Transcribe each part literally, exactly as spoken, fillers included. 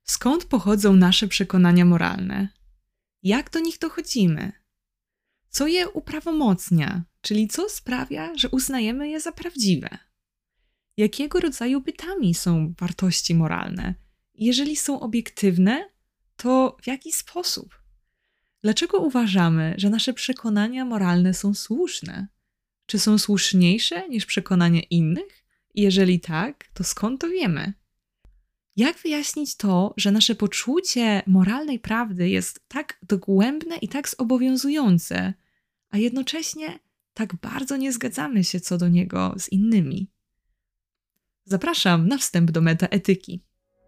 Skąd pochodzą nasze przekonania moralne? Jak do nich dochodzimy? Co je uprawomocnia, czyli co sprawia, że uznajemy je za prawdziwe? Jakiego rodzaju bytami są wartości moralne? Jeżeli są obiektywne, to w jaki sposób? Dlaczego uważamy, że nasze przekonania moralne są słuszne? Czy są słuszniejsze niż przekonania innych? Jeżeli tak, to skąd to wiemy? Jak wyjaśnić to, że nasze poczucie moralnej prawdy jest tak dogłębne i tak zobowiązujące, a jednocześnie tak bardzo nie zgadzamy się co do niego z innymi? Zapraszam na wstęp do metaetyki.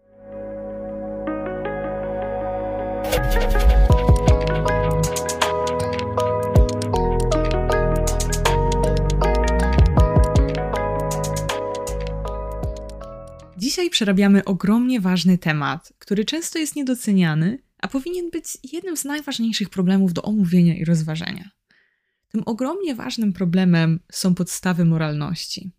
Dzisiaj przerabiamy ogromnie ważny temat, który często jest niedoceniany, a powinien być jednym z najważniejszych problemów do omówienia i rozważenia. Tym ogromnie ważnym problemem są podstawy moralności.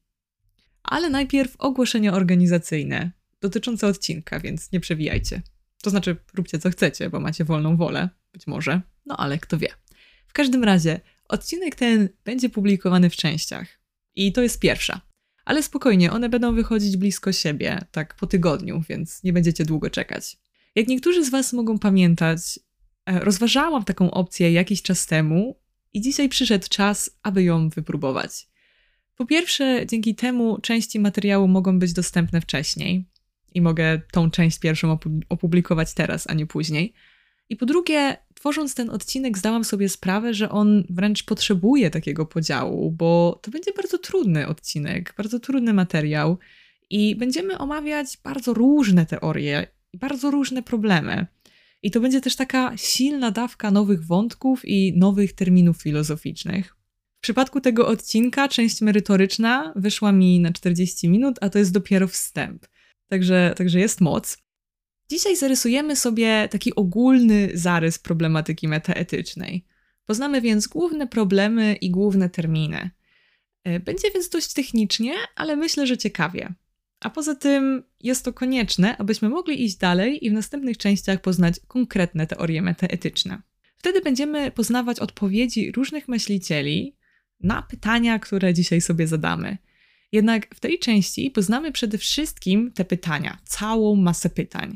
Ale najpierw ogłoszenia organizacyjne dotyczące odcinka, więc nie przewijajcie. To znaczy, róbcie co chcecie, bo macie wolną wolę, być może, no ale kto wie. W każdym razie, odcinek ten będzie publikowany w częściach. I to jest pierwsza. Ale spokojnie, one będą wychodzić blisko siebie, tak po tygodniu, więc nie będziecie długo czekać. Jak niektórzy z was mogą pamiętać, rozważałam taką opcję jakiś czas temu i dzisiaj przyszedł czas, aby ją wypróbować. Po pierwsze, dzięki temu części materiału mogą być dostępne wcześniej i mogę tą część pierwszą opublikować teraz, a nie później. I po drugie, tworząc ten odcinek, zdałam sobie sprawę, że on wręcz potrzebuje takiego podziału, bo to będzie bardzo trudny odcinek, bardzo trudny materiał i będziemy omawiać bardzo różne teorie i bardzo różne problemy. I to będzie też taka silna dawka nowych wątków i nowych terminów filozoficznych. W przypadku tego odcinka część merytoryczna wyszła mi na czterdzieści minut, a to jest dopiero wstęp. Także, także jest moc. Dzisiaj zarysujemy sobie taki ogólny zarys problematyki metaetycznej. Poznamy więc główne problemy i główne terminy. Będzie więc dość technicznie, ale myślę, że ciekawie. A poza tym jest to konieczne, abyśmy mogli iść dalej i w następnych częściach poznać konkretne teorie metaetyczne. Wtedy będziemy poznawać odpowiedzi różnych myślicieli na pytania, które dzisiaj sobie zadamy. Jednak w tej części poznamy przede wszystkim te pytania, całą masę pytań.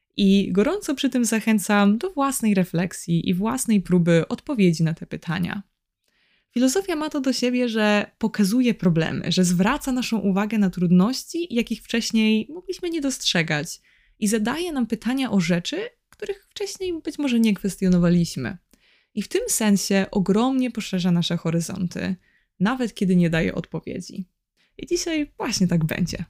I gorąco przy tym zachęcam do własnej refleksji i własnej próby odpowiedzi na te pytania. Filozofia ma to do siebie, że pokazuje problemy, że zwraca naszą uwagę na trudności, jakich wcześniej mogliśmy nie dostrzegać i zadaje nam pytania o rzeczy, których wcześniej być może nie kwestionowaliśmy. I w tym sensie ogromnie poszerza nasze horyzonty, nawet kiedy nie daje odpowiedzi. I dzisiaj właśnie tak będzie.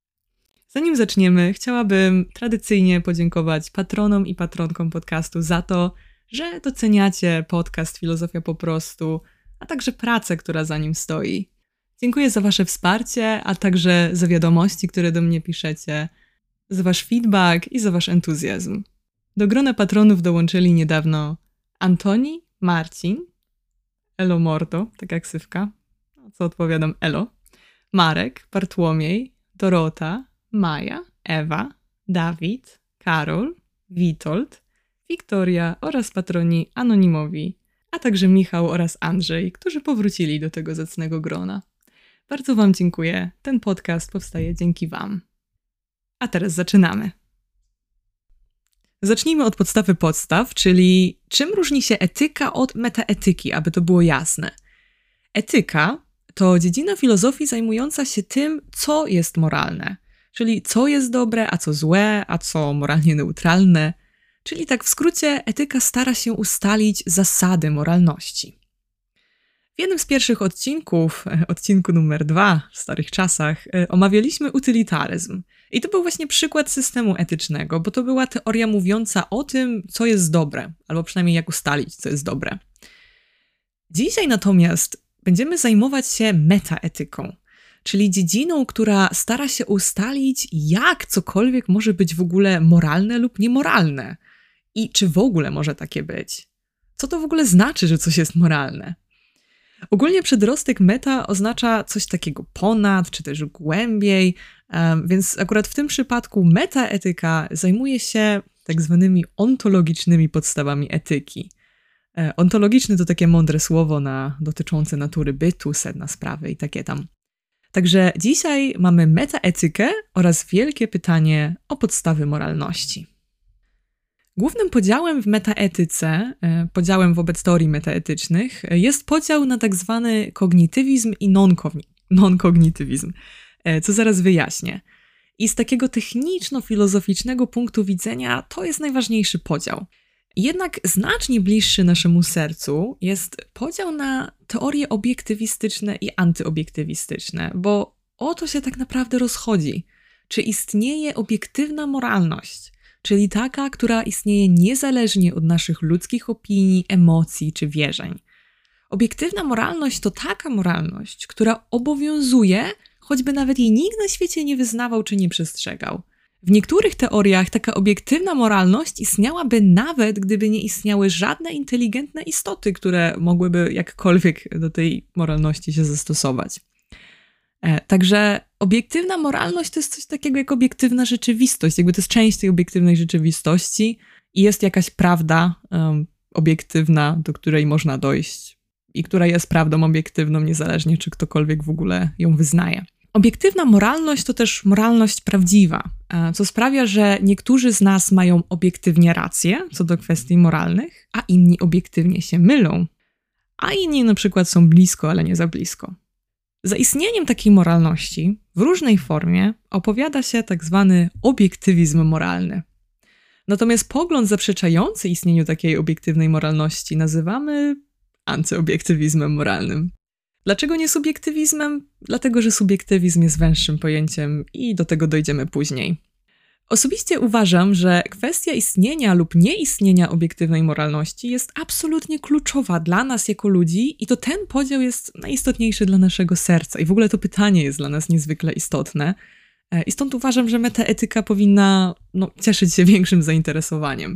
Zanim zaczniemy, chciałabym tradycyjnie podziękować patronom i patronkom podcastu za to, że doceniacie podcast Filozofia po prostu, a także pracę, która za nim stoi. Dziękuję za wasze wsparcie, a także za wiadomości, które do mnie piszecie, za wasz feedback i za wasz entuzjazm. Do grona patronów dołączyli niedawno Antoni, Marcin, Elo Mordo, tak jak ksywka, co odpowiadam Elo, Marek, Bartłomiej, Dorota, Maja, Ewa, Dawid, Karol, Witold, Wiktoria oraz patroni anonimowi, a także Michał oraz Andrzej, którzy powrócili do tego zacnego grona. Bardzo wam dziękuję. Ten podcast powstaje dzięki wam. A teraz zaczynamy. Zacznijmy od podstawy podstaw, czyli czym różni się etyka od metaetyki, aby to było jasne. Etyka to dziedzina filozofii zajmująca się tym, co jest moralne. Czyli co jest dobre, a co złe, a co moralnie neutralne. Czyli tak w skrócie etyka stara się ustalić zasady moralności. W jednym z pierwszych odcinków, odcinku numer dwa w starych czasach, omawialiśmy utylitaryzm. I to był właśnie przykład systemu etycznego, bo to była teoria mówiąca o tym, co jest dobre, albo przynajmniej jak ustalić, co jest dobre. Dzisiaj natomiast będziemy zajmować się metaetyką, czyli dziedziną, która stara się ustalić, jak cokolwiek może być w ogóle moralne lub niemoralne. I czy w ogóle może takie być? Co to w ogóle znaczy, że coś jest moralne? Ogólnie przedrostek meta oznacza coś takiego ponad, czy też głębiej, więc akurat w tym przypadku metaetyka zajmuje się tak zwanymi ontologicznymi podstawami etyki. Ontologiczny to takie mądre słowo na, dotyczące natury bytu, sedna sprawy i takie tam. Także dzisiaj mamy metaetykę oraz wielkie pytanie o podstawy moralności. Głównym podziałem w metaetyce, podziałem wobec teorii metaetycznych, jest podział na tak zwany kognitywizm i non-kognitywizm, co zaraz wyjaśnię. I z takiego techniczno-filozoficznego punktu widzenia to jest najważniejszy podział. Jednak znacznie bliższy naszemu sercu jest podział na teorie obiektywistyczne i antyoobiektywistyczne, bo o to się tak naprawdę rozchodzi. Czy istnieje obiektywna moralność, czyli taka, która istnieje niezależnie od naszych ludzkich opinii, emocji czy wierzeń. Obiektywna moralność to taka moralność, która obowiązuje, choćby nawet jej nikt na świecie nie wyznawał czy nie przestrzegał. W niektórych teoriach taka obiektywna moralność istniałaby nawet, gdyby nie istniały żadne inteligentne istoty, które mogłyby jakkolwiek do tej moralności się zastosować. E, także obiektywna moralność to jest coś takiego jak obiektywna rzeczywistość. Jakby to jest część tej obiektywnej rzeczywistości i jest jakaś prawda um, obiektywna, do której można dojść i która jest prawdą obiektywną, niezależnie czy ktokolwiek w ogóle ją wyznaje. Obiektywna moralność to też moralność prawdziwa, co sprawia, że niektórzy z nas mają obiektywnie rację co do kwestii moralnych, a inni obiektywnie się mylą, a inni na przykład są blisko, ale nie za blisko. Za istnieniem takiej moralności w różnej formie opowiada się tak zwany obiektywizm moralny. Natomiast pogląd zaprzeczający istnieniu takiej obiektywnej moralności nazywamy antyoobiektywizmem moralnym. Dlaczego nie subiektywizmem? Dlatego, że subiektywizm jest węższym pojęciem i do tego dojdziemy później. Osobiście uważam, że kwestia istnienia lub nieistnienia obiektywnej moralności jest absolutnie kluczowa dla nas jako ludzi i to ten podział jest najistotniejszy dla naszego serca. I w ogóle to pytanie jest dla nas niezwykle istotne. I stąd uważam, że metaetyka powinna no, cieszyć się większym zainteresowaniem.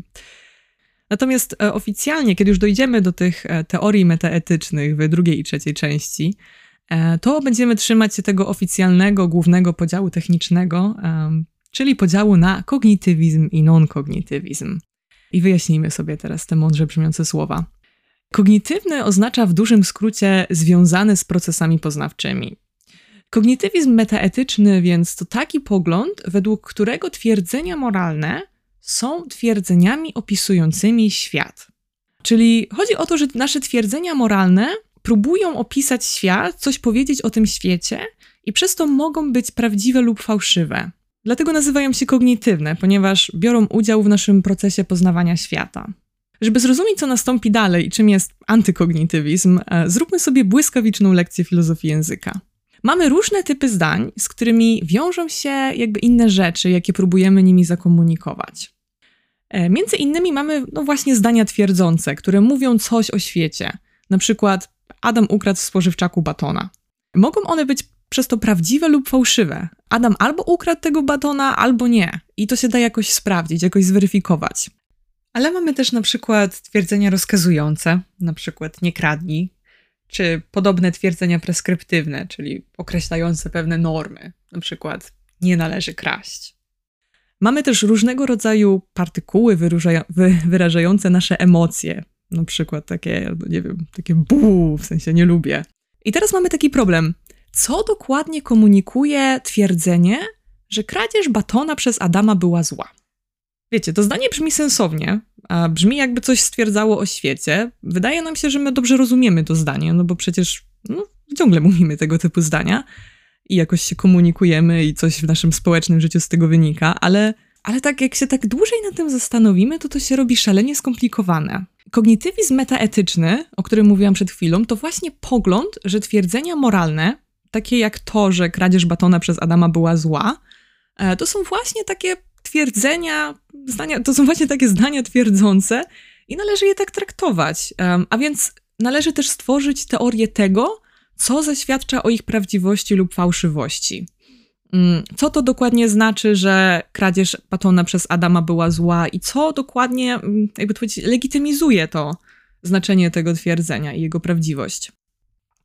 Natomiast e, oficjalnie, kiedy już dojdziemy do tych e, teorii metaetycznych w drugiej i trzeciej części, e, to będziemy trzymać się tego oficjalnego, głównego podziału technicznego, e, czyli podziału na kognitywizm i non-kognitywizm. I wyjaśnijmy sobie teraz te mądrze brzmiące słowa. Kognitywny oznacza w dużym skrócie związany z procesami poznawczymi. Kognitywizm metaetyczny więc to taki pogląd, według którego twierdzenia moralne są twierdzeniami opisującymi świat. Czyli chodzi o to, że nasze twierdzenia moralne próbują opisać świat, coś powiedzieć o tym świecie i przez to mogą być prawdziwe lub fałszywe. Dlatego nazywają się kognitywne, ponieważ biorą udział w naszym procesie poznawania świata. Żeby zrozumieć, co nastąpi dalej i czym jest antykognitywizm, zróbmy sobie błyskawiczną lekcję filozofii języka. Mamy różne typy zdań, z którymi wiążą się jakby inne rzeczy, jakie próbujemy nimi zakomunikować. Między innymi mamy no właśnie zdania twierdzące, które mówią coś o świecie. Na przykład Adam ukradł w spożywczaku batona. Mogą one być przez to prawdziwe lub fałszywe. Adam albo ukradł tego batona, albo nie. I to się da jakoś sprawdzić, jakoś zweryfikować. Ale mamy też na przykład twierdzenia rozkazujące, na przykład nie kradnij, czy podobne twierdzenia preskryptywne, czyli określające pewne normy, na przykład nie należy kraść. Mamy też różnego rodzaju partykuły wyróża- wy- wyrażające nasze emocje, na przykład takie, nie wiem, takie buu, w sensie nie lubię. I teraz mamy taki problem. Co dokładnie komunikuje twierdzenie, że kradzież batona przez Adama była zła? Wiecie, to zdanie brzmi sensownie, a brzmi jakby coś stwierdzało o świecie. Wydaje nam się, że my dobrze rozumiemy to zdanie, no bo przecież no, ciągle mówimy tego typu zdania i jakoś się komunikujemy i coś w naszym społecznym życiu z tego wynika, ale, ale tak jak się tak dłużej nad tym zastanowimy, to to się robi szalenie skomplikowane. Kognitywizm metaetyczny, o którym mówiłam przed chwilą, to właśnie pogląd, że twierdzenia moralne, takie jak to, że kradzież batona przez Adama była zła, to są właśnie takie twierdzenia, zdania, to są właśnie takie zdania twierdzące i należy je tak traktować. Um, a więc należy też stworzyć teorię tego, co zaświadcza o ich prawdziwości lub fałszywości. Um, co to dokładnie znaczy, że kradzież batona przez Adama była zła i co dokładnie, jakby to powiedzieć, legitymizuje to znaczenie tego twierdzenia i jego prawdziwość.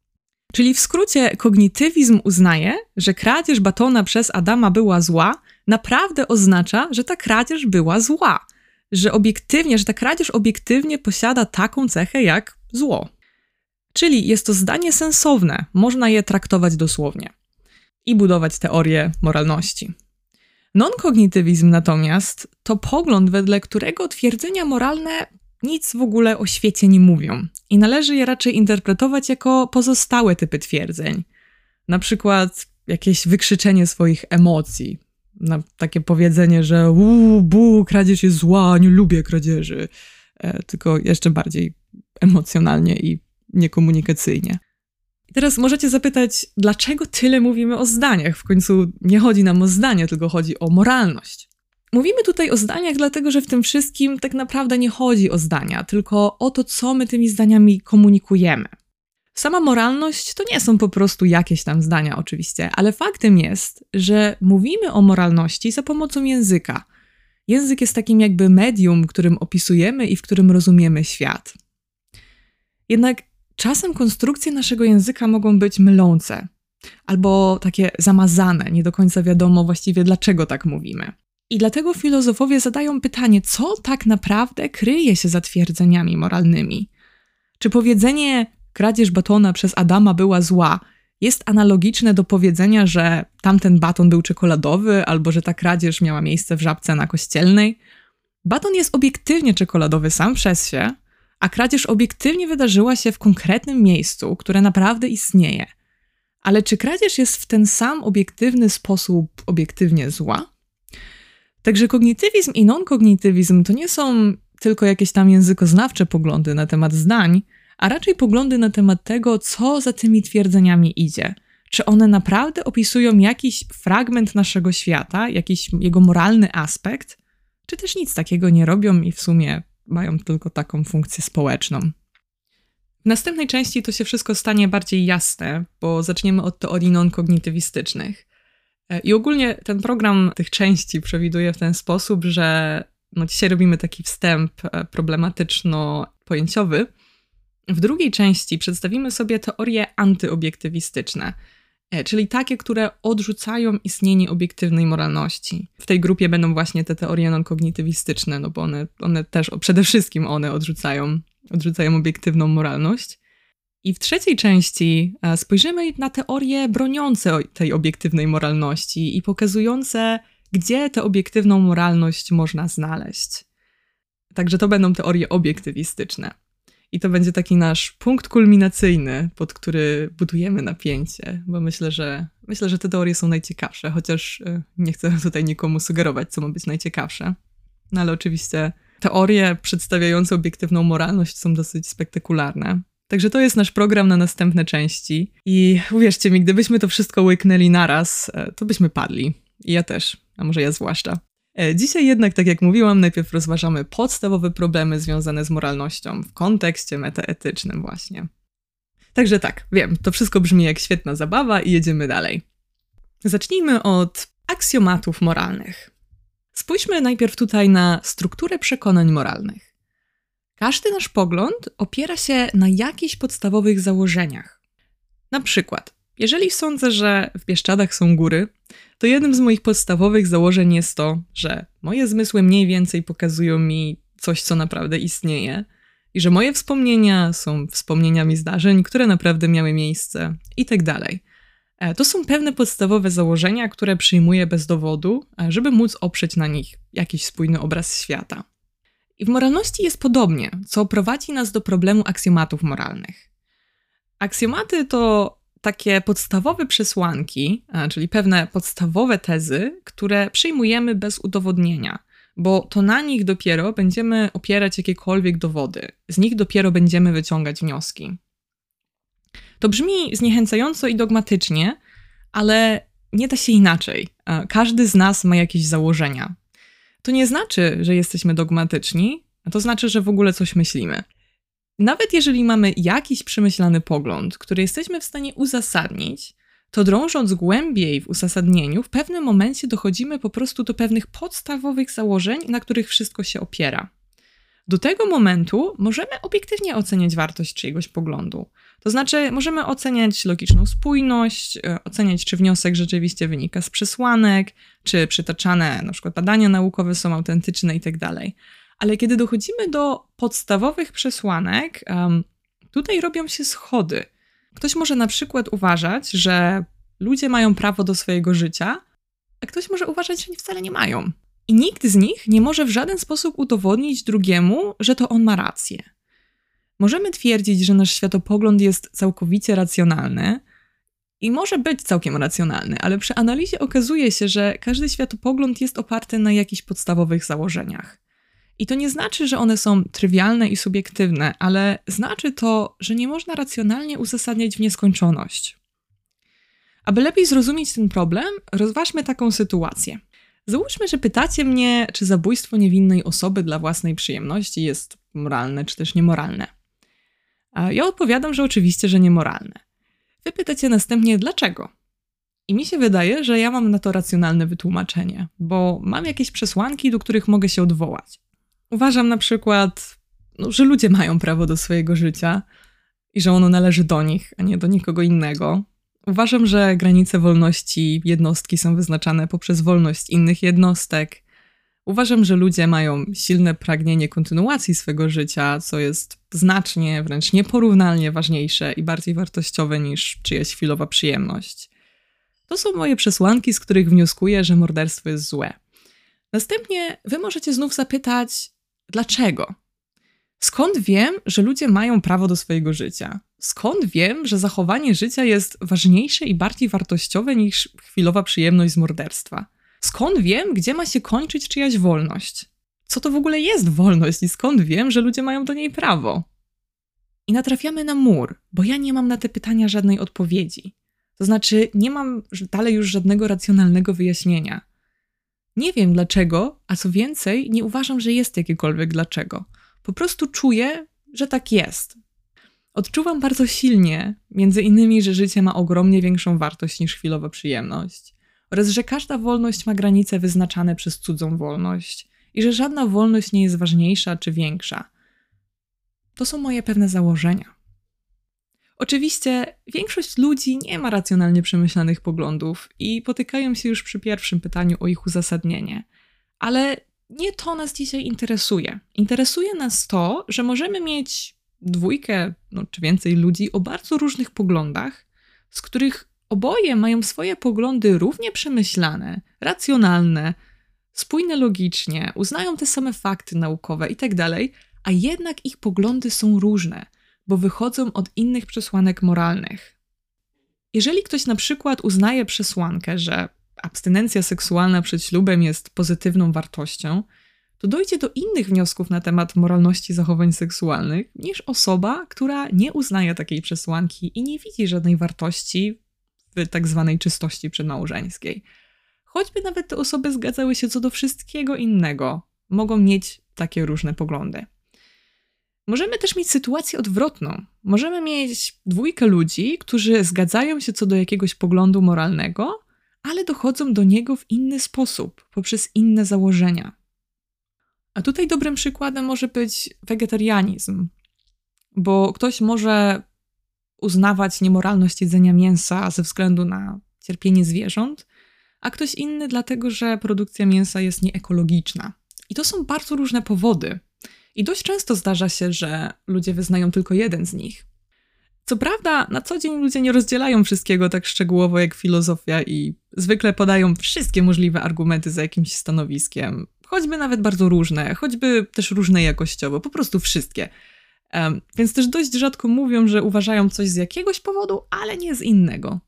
Czyli w skrócie kognitywizm uznaje, że kradzież batona przez Adama była zła, naprawdę oznacza, że ta kradzież była zła. Że obiektywnie, że ta kradzież obiektywnie posiada taką cechę jak zło. Czyli jest to zdanie sensowne, można je traktować dosłownie i budować teorię moralności. Non-kognitywizm natomiast to pogląd, wedle którego twierdzenia moralne nic w ogóle o świecie nie mówią i należy je raczej interpretować jako pozostałe typy twierdzeń. Na przykład jakieś wykrzyczenie swoich emocji, na takie powiedzenie, że uuu, bu, kradzież jest zła, nie lubię kradzieży, e, tylko jeszcze bardziej emocjonalnie i niekomunikacyjnie. I teraz możecie zapytać, dlaczego tyle mówimy o zdaniach? W końcu nie chodzi nam o zdanie, tylko chodzi o moralność. Mówimy tutaj o zdaniach, dlatego że w tym wszystkim tak naprawdę nie chodzi o zdania, tylko o to, co my tymi zdaniami komunikujemy. Sama moralność to nie są po prostu jakieś tam zdania oczywiście, ale faktem jest, że mówimy o moralności za pomocą języka. Język jest takim jakby medium, którym opisujemy i w którym rozumiemy świat. Jednak czasem konstrukcje naszego języka mogą być mylące albo takie zamazane, nie do końca wiadomo właściwie dlaczego tak mówimy. I dlatego filozofowie zadają pytanie, co tak naprawdę kryje się za twierdzeniami moralnymi. Czy powiedzenie kradzież batona przez Adama była zła jest analogiczne do powiedzenia, że tamten baton był czekoladowy albo że ta kradzież miała miejsce w Żabce na Kościelnej? Baton jest obiektywnie czekoladowy sam przez się, a kradzież obiektywnie wydarzyła się w konkretnym miejscu, które naprawdę istnieje. Ale czy kradzież jest w ten sam obiektywny sposób obiektywnie zła? Także kognitywizm i non-kognitywizm to nie są tylko jakieś tam językoznawcze poglądy na temat zdań, a raczej poglądy na temat tego, co za tymi twierdzeniami idzie. Czy one naprawdę opisują jakiś fragment naszego świata, jakiś jego moralny aspekt, czy też nic takiego nie robią i w sumie mają tylko taką funkcję społeczną. W następnej części to się wszystko stanie bardziej jasne, bo zaczniemy od teorii non-kognitywistycznych. I ogólnie ten program tych części przewiduje w ten sposób, że no dzisiaj robimy taki wstęp problematyczno-pojęciowy. W drugiej części przedstawimy sobie teorie antyoobiektywistyczne, czyli takie, które odrzucają istnienie obiektywnej moralności. W tej grupie będą właśnie te teorie non-kognitywistyczne, no bo one, one też, przede wszystkim one odrzucają, odrzucają obiektywną moralność. I w trzeciej części spojrzymy na teorie broniące tej obiektywnej moralności i pokazujące, gdzie tę obiektywną moralność można znaleźć. Także to będą teorie obiektywistyczne. I to będzie taki nasz punkt kulminacyjny, pod który budujemy napięcie, bo myślę, że myślę, że te teorie są najciekawsze, chociaż nie chcę tutaj nikomu sugerować, co ma być najciekawsze. No ale oczywiście teorie przedstawiające obiektywną moralność są dosyć spektakularne. Także to jest nasz program na następne części i uwierzcie mi, gdybyśmy to wszystko łyknęli naraz, to byśmy padli. I ja też, a może ja zwłaszcza. Dzisiaj jednak, tak jak mówiłam, najpierw rozważamy podstawowe problemy związane z moralnością w kontekście metaetycznym właśnie. Także tak, wiem, to wszystko brzmi jak świetna zabawa i jedziemy dalej. Zacznijmy od aksjomatów moralnych. Spójrzmy najpierw tutaj na strukturę przekonań moralnych. Każdy nasz pogląd opiera się na jakichś podstawowych założeniach. Na przykład, jeżeli sądzę, że w Bieszczadach są góry, to jednym z moich podstawowych założeń jest to, że moje zmysły mniej więcej pokazują mi coś, co naprawdę istnieje i że moje wspomnienia są wspomnieniami zdarzeń, które naprawdę miały miejsce i tak dalej. To są pewne podstawowe założenia, które przyjmuję bez dowodu, żeby móc oprzeć na nich jakiś spójny obraz świata. I w moralności jest podobnie, co prowadzi nas do problemu aksjomatów moralnych. Aksjomaty to takie podstawowe przesłanki, czyli pewne podstawowe tezy, które przyjmujemy bez udowodnienia, bo to na nich dopiero będziemy opierać jakiekolwiek dowody, z nich dopiero będziemy wyciągać wnioski. To brzmi zniechęcająco i dogmatycznie, ale nie da się inaczej. Każdy z nas ma jakieś założenia. To nie znaczy, że jesteśmy dogmatyczni, a to znaczy, że w ogóle coś myślimy. Nawet jeżeli mamy jakiś przemyślany pogląd, który jesteśmy w stanie uzasadnić, to drążąc głębiej w uzasadnieniu, w pewnym momencie dochodzimy po prostu do pewnych podstawowych założeń, na których wszystko się opiera. Do tego momentu możemy obiektywnie oceniać wartość czyjegoś poglądu. To znaczy, możemy oceniać logiczną spójność, oceniać, czy wniosek rzeczywiście wynika z przesłanek, czy przytaczane na przykład badania naukowe są autentyczne i tak dalej. Ale kiedy dochodzimy do podstawowych przesłanek, um, tutaj robią się schody. Ktoś może na przykład uważać, że ludzie mają prawo do swojego życia, a ktoś może uważać, że wcale nie mają. I nikt z nich nie może w żaden sposób udowodnić drugiemu, że to on ma rację. Możemy twierdzić, że nasz światopogląd jest całkowicie racjonalny i może być całkiem racjonalny, ale przy analizie okazuje się, że każdy światopogląd jest oparty na jakichś podstawowych założeniach. I to nie znaczy, że one są trywialne i subiektywne, ale znaczy to, że nie można racjonalnie uzasadniać w nieskończoność. Aby lepiej zrozumieć ten problem, rozważmy taką sytuację. Załóżmy, że pytacie mnie, czy zabójstwo niewinnej osoby dla własnej przyjemności jest moralne czy też niemoralne. A ja odpowiadam, że oczywiście, że niemoralne. Wy pytacie następnie, dlaczego? I mi się wydaje, że ja mam na to racjonalne wytłumaczenie, bo mam jakieś przesłanki, do których mogę się odwołać. Uważam na przykład, no, że ludzie mają prawo do swojego życia i że ono należy do nich, a nie do nikogo innego. Uważam, że granice wolności jednostki są wyznaczane poprzez wolność innych jednostek. Uważam, że ludzie mają silne pragnienie kontynuacji swego życia, co jest znacznie, wręcz nieporównalnie ważniejsze i bardziej wartościowe niż czyjaś chwilowa przyjemność. To są moje przesłanki, z których wnioskuję, że morderstwo jest złe. Następnie wy możecie znów zapytać, dlaczego? Skąd wiem, że ludzie mają prawo do swojego życia? Skąd wiem, że zachowanie życia jest ważniejsze i bardziej wartościowe niż chwilowa przyjemność z morderstwa? Skąd wiem, gdzie ma się kończyć czyjaś wolność? Co to w ogóle jest wolność i skąd wiem, że ludzie mają do niej prawo? I natrafiamy na mur, bo ja nie mam na te pytania żadnej odpowiedzi. To znaczy, nie mam dalej już żadnego racjonalnego wyjaśnienia. Nie wiem dlaczego, a co więcej, nie uważam, że jest jakiekolwiek dlaczego. Po prostu czuję, że tak jest. Odczuwam bardzo silnie, między innymi, że życie ma ogromnie większą wartość niż chwilowa przyjemność oraz że każda wolność ma granice wyznaczane przez cudzą wolność i że żadna wolność nie jest ważniejsza czy większa. To są moje pewne założenia. Oczywiście większość ludzi nie ma racjonalnie przemyślanych poglądów i potykają się już przy pierwszym pytaniu o ich uzasadnienie, ale nie to nas dzisiaj interesuje. Interesuje nas to, że możemy mieć dwójkę, no, czy więcej ludzi o bardzo różnych poglądach, z których oboje mają swoje poglądy równie przemyślane, racjonalne, spójne logicznie, uznają te same fakty naukowe itd., a jednak ich poglądy są różne, bo wychodzą od innych przesłanek moralnych. Jeżeli ktoś na przykład uznaje przesłankę, że abstynencja seksualna przed ślubem jest pozytywną wartością, to dojdzie do innych wniosków na temat moralności zachowań seksualnych niż osoba, która nie uznaje takiej przesłanki i nie widzi żadnej wartości w tak zwanej czystości przedmałżeńskiej. Choćby nawet te osoby zgadzały się co do wszystkiego innego, mogą mieć takie różne poglądy. Możemy też mieć sytuację odwrotną. Możemy mieć dwójkę ludzi, którzy zgadzają się co do jakiegoś poglądu moralnego, ale dochodzą do niego w inny sposób, poprzez inne założenia. A tutaj dobrym przykładem może być wegetarianizm, bo ktoś może uznawać niemoralność jedzenia mięsa ze względu na cierpienie zwierząt, a ktoś inny dlatego, że produkcja mięsa jest nieekologiczna. I to są bardzo różne powody. I dość często zdarza się, że ludzie wyznają tylko jeden z nich. Co prawda, na co dzień ludzie nie rozdzielają wszystkiego tak szczegółowo jak filozofia i zwykle podają wszystkie możliwe argumenty za jakimś stanowiskiem, choćby nawet bardzo różne, choćby też różne jakościowo, po prostu wszystkie. Um, więc też dość rzadko mówią, że uważają coś z jakiegoś powodu, ale nie z innego.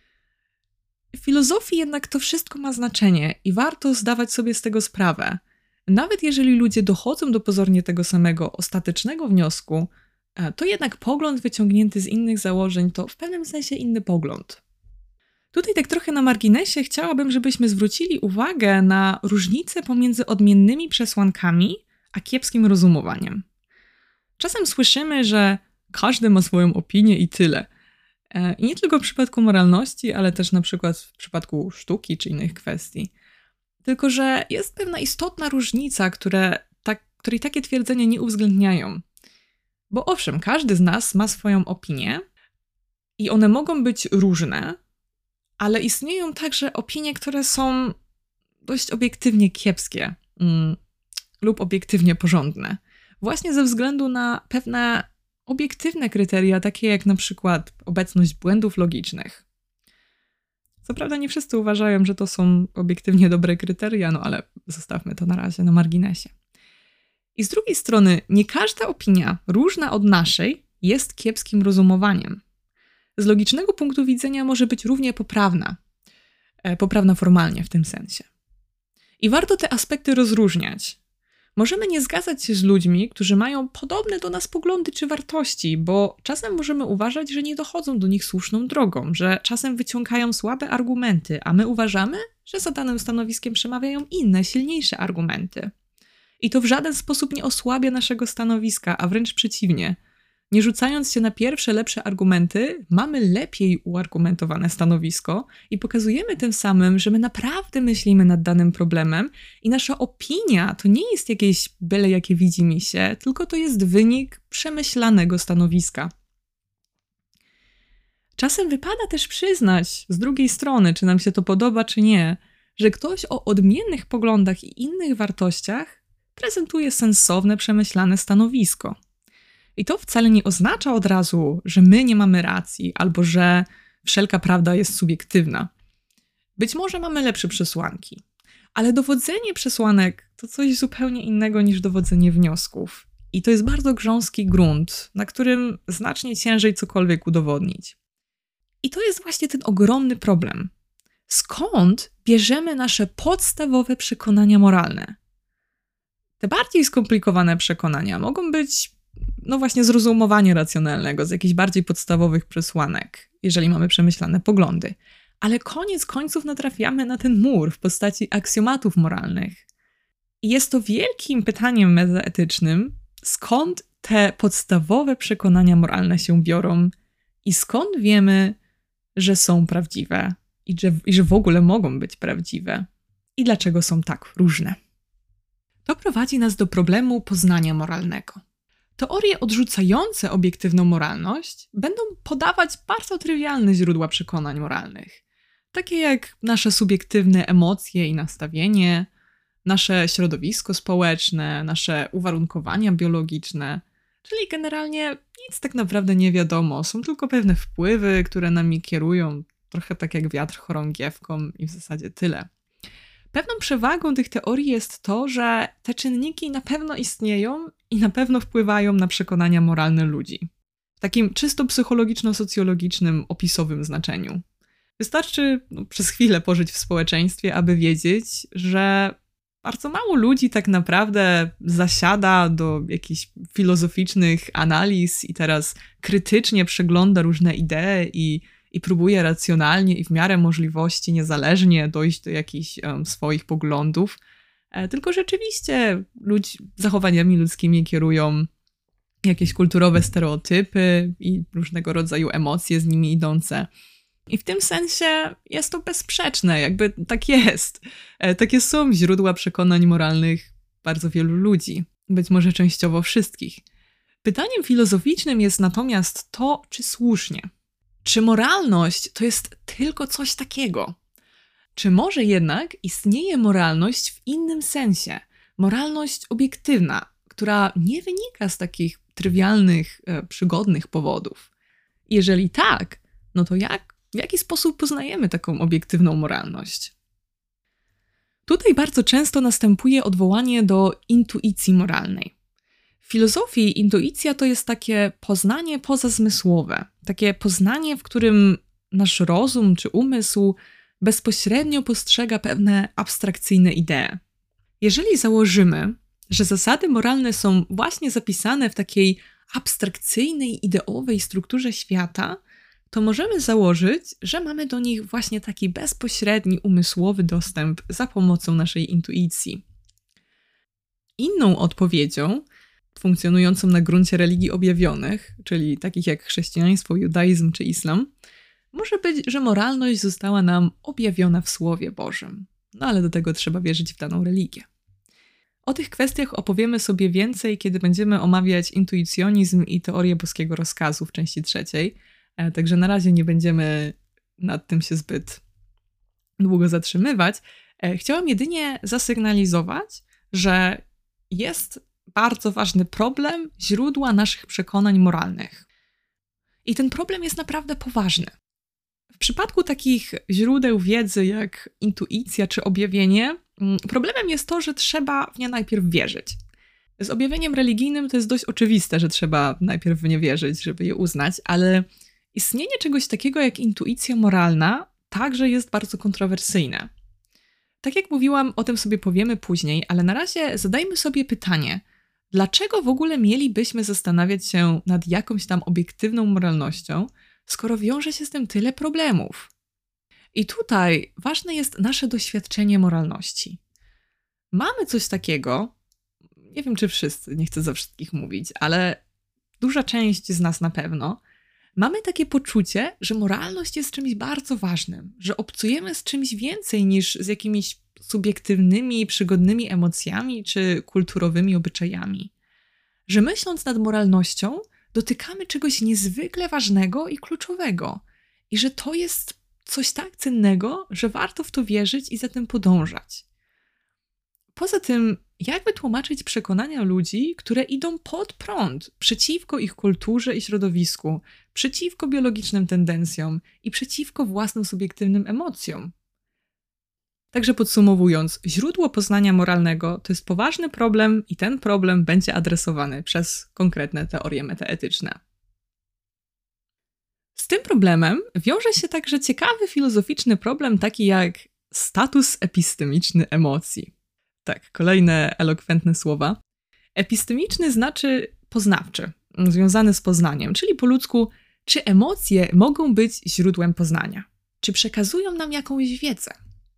W filozofii jednak to wszystko ma znaczenie i warto zdawać sobie z tego sprawę. Nawet jeżeli ludzie dochodzą do pozornie tego samego ostatecznego wniosku, to jednak pogląd wyciągnięty z innych założeń to w pewnym sensie inny pogląd. Tutaj tak trochę na marginesie chciałabym, żebyśmy zwrócili uwagę na różnicę pomiędzy odmiennymi przesłankami a kiepskim rozumowaniem. Czasem słyszymy, że każdy ma swoją opinię i tyle. I nie tylko w przypadku moralności, ale też na przykład w przypadku sztuki czy innych kwestii. Tylko że jest pewna istotna różnica, które, tak, której takie twierdzenia nie uwzględniają. Bo owszem, każdy z nas ma swoją opinię, I one mogą być różne, ale istnieją także opinie, które są dość obiektywnie kiepskie mm, lub obiektywnie porządne. Właśnie ze względu na pewne obiektywne kryteria, takie jak na przykład obecność błędów logicznych. Co prawda nie wszyscy uważają, że to są obiektywnie dobre kryteria, no ale zostawmy to na razie na marginesie. I z drugiej strony, nie każda opinia, różna od naszej, jest kiepskim rozumowaniem. Z logicznego punktu widzenia może być równie poprawna. E, poprawna formalnie w tym sensie. I warto te aspekty rozróżniać. Możemy nie zgadzać się z ludźmi, którzy mają podobne do nas poglądy czy wartości, bo czasem możemy uważać, że nie dochodzą do nich słuszną drogą, że czasem wyciągają słabe argumenty, a my uważamy, że za danym stanowiskiem przemawiają inne, silniejsze argumenty. I to w żaden sposób nie osłabia naszego stanowiska, a wręcz przeciwnie. Nie rzucając się na pierwsze, lepsze argumenty, mamy lepiej uargumentowane stanowisko i pokazujemy tym samym, że my naprawdę myślimy nad danym problemem i nasza opinia to nie jest jakieś byle jakie widzimisię, tylko to jest wynik przemyślanego stanowiska. Czasem wypada też przyznać z drugiej strony, czy nam się to podoba, czy nie, że ktoś o odmiennych poglądach i innych wartościach prezentuje sensowne, przemyślane stanowisko. I to wcale nie oznacza od razu, że my nie mamy racji, albo że wszelka prawda jest subiektywna. Być może mamy lepsze przesłanki, ale dowodzenie przesłanek to coś zupełnie innego niż dowodzenie wniosków. I to jest bardzo grząski grunt, na którym znacznie ciężej cokolwiek udowodnić. I to jest właśnie ten ogromny problem. Skąd bierzemy nasze podstawowe przekonania moralne? Te bardziej skomplikowane przekonania mogą być no właśnie z rozumowania racjonalnego, z jakichś bardziej podstawowych przesłanek, jeżeli mamy przemyślane poglądy. Ale koniec końców natrafiamy na ten mur w postaci aksjomatów moralnych. I jest to wielkim pytaniem metaetycznym, skąd te podstawowe przekonania moralne się biorą i skąd wiemy, że są prawdziwe i że, i że w ogóle mogą być prawdziwe i dlaczego są tak różne. To prowadzi nas do problemu poznania moralnego. Teorie odrzucające obiektywną moralność będą podawać bardzo trywialne źródła przekonań moralnych, takie jak nasze subiektywne emocje i nastawienie, nasze środowisko społeczne, nasze uwarunkowania biologiczne, czyli generalnie nic tak naprawdę nie wiadomo, są tylko pewne wpływy, które nami kierują, trochę tak jak wiatr chorągiewką i w zasadzie tyle. Pewną przewagą tych teorii jest to, że te czynniki na pewno istnieją i na pewno wpływają na przekonania moralne ludzi. W takim czysto psychologiczno-socjologicznym, opisowym znaczeniu. Wystarczy no, przez chwilę pożyć w społeczeństwie, aby wiedzieć, że bardzo mało ludzi tak naprawdę zasiada do jakichś filozoficznych analiz i teraz krytycznie przegląda różne idee i i próbuje racjonalnie i w miarę możliwości niezależnie dojść do jakichś um, swoich poglądów, e, tylko rzeczywiście ludzi, zachowaniami ludzkimi kierują jakieś kulturowe stereotypy i różnego rodzaju emocje z nimi idące. I w tym sensie jest to bezsprzeczne, jakby tak jest. E, takie są źródła przekonań moralnych bardzo wielu ludzi, być może częściowo wszystkich. Pytaniem filozoficznym jest natomiast to, czy słusznie. Czy moralność to jest tylko coś takiego? Czy może jednak istnieje moralność w innym sensie? Moralność obiektywna, która nie wynika z takich trywialnych, e, przygodnych powodów. Jeżeli tak, no to jak, w jaki sposób poznajemy taką obiektywną moralność? Tutaj bardzo często następuje odwołanie do intuicji moralnej. W filozofii intuicja to jest takie poznanie pozazmysłowe, takie poznanie, w którym nasz rozum czy umysł bezpośrednio postrzega pewne abstrakcyjne idee. Jeżeli założymy, że zasady moralne są właśnie zapisane w takiej abstrakcyjnej, ideowej strukturze świata, to możemy założyć, że mamy do nich właśnie taki bezpośredni umysłowy dostęp za pomocą naszej intuicji. Inną odpowiedzią, funkcjonującą na gruncie religii objawionych, czyli takich jak chrześcijaństwo, judaizm czy islam, może być, że moralność została nam objawiona w Słowie Bożym. No ale do tego trzeba wierzyć w daną religię. O tych kwestiach opowiemy sobie więcej, kiedy będziemy omawiać intuicjonizm i teorię boskiego rozkazu w części trzeciej, E, także na razie nie będziemy nad tym się zbyt długo zatrzymywać. E, chciałam jedynie zasygnalizować, że jest bardzo ważny problem źródła naszych przekonań moralnych. I ten problem jest naprawdę poważny. W przypadku takich źródeł wiedzy jak intuicja czy objawienie, problemem jest to, że trzeba w nie najpierw wierzyć. Z objawieniem religijnym to jest dość oczywiste, że trzeba najpierw w nie wierzyć, żeby je uznać, ale istnienie czegoś takiego jak intuicja moralna także jest bardzo kontrowersyjne. Tak jak mówiłam, o tym sobie powiemy później, ale na razie zadajmy sobie pytanie, dlaczego w ogóle mielibyśmy zastanawiać się nad jakąś tam obiektywną moralnością, skoro wiąże się z tym tyle problemów? I tutaj ważne jest nasze doświadczenie moralności. Mamy coś takiego, nie wiem czy wszyscy, nie chcę za wszystkich mówić, ale duża część z nas na pewno, mamy takie poczucie, że moralność jest czymś bardzo ważnym, że obcujemy z czymś więcej niż z jakimiś subiektywnymi, przygodnymi emocjami czy kulturowymi obyczajami. Że myśląc nad moralnością, dotykamy czegoś niezwykle ważnego i kluczowego i że to jest coś tak cennego, że warto w to wierzyć i za tym podążać. Poza tym, jak wytłumaczyć przekonania ludzi, które idą pod prąd, przeciwko ich kulturze i środowisku, przeciwko biologicznym tendencjom i przeciwko własnym subiektywnym emocjom? Także podsumowując, źródło poznania moralnego to jest poważny problem i ten problem będzie adresowany przez konkretne teorie metaetyczne. Z tym problemem wiąże się także ciekawy filozoficzny problem taki jak status epistemiczny emocji. Tak, kolejne elokwentne słowa. Epistemiczny znaczy poznawczy, związany z poznaniem, czyli po ludzku, czy emocje mogą być źródłem poznania? Czy przekazują nam jakąś wiedzę?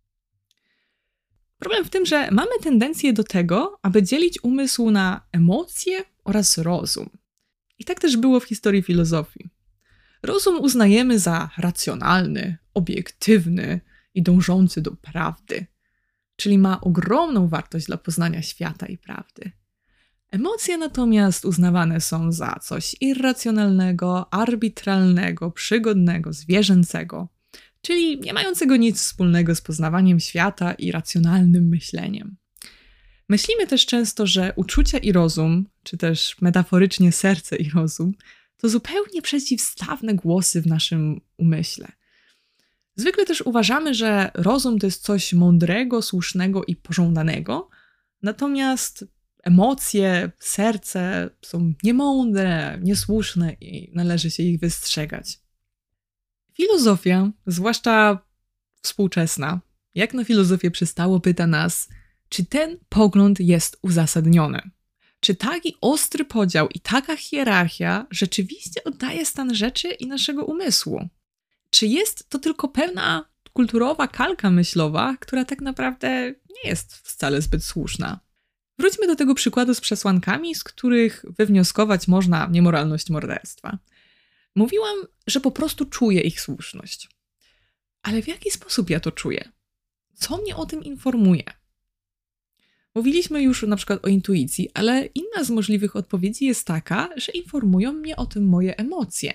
Problem w tym, że mamy tendencję do tego, aby dzielić umysł na emocje oraz rozum. I tak też było w historii filozofii. Rozum uznajemy za racjonalny, obiektywny i dążący do prawdy, czyli ma ogromną wartość dla poznania świata i prawdy. Emocje natomiast uznawane są za coś irracjonalnego, arbitralnego, przygodnego, zwierzęcego, czyli nie mającego nic wspólnego z poznawaniem świata i racjonalnym myśleniem. Myślimy też często, że uczucia i rozum, czy też metaforycznie serce i rozum, to zupełnie przeciwstawne głosy w naszym umyśle. Zwykle też uważamy, że rozum to jest coś mądrego, słusznego i pożądanego, natomiast emocje, serce są niemądre, niesłuszne i należy się ich wystrzegać. Filozofia, zwłaszcza współczesna, jak na filozofię przystało, pyta nas, czy ten pogląd jest uzasadniony? Czy taki ostry podział i taka hierarchia rzeczywiście oddaje stan rzeczy i naszego umysłu? Czy jest to tylko pewna kulturowa kalka myślowa, która tak naprawdę nie jest wcale zbyt słuszna? Wróćmy do tego przykładu z przesłankami, z których wywnioskować można niemoralność morderstwa. Mówiłam, że po prostu czuję ich słuszność. Ale w jaki sposób ja to czuję? Co mnie o tym informuje? Mówiliśmy już na przykład o intuicji, ale inna z możliwych odpowiedzi jest taka, że informują mnie o tym moje emocje.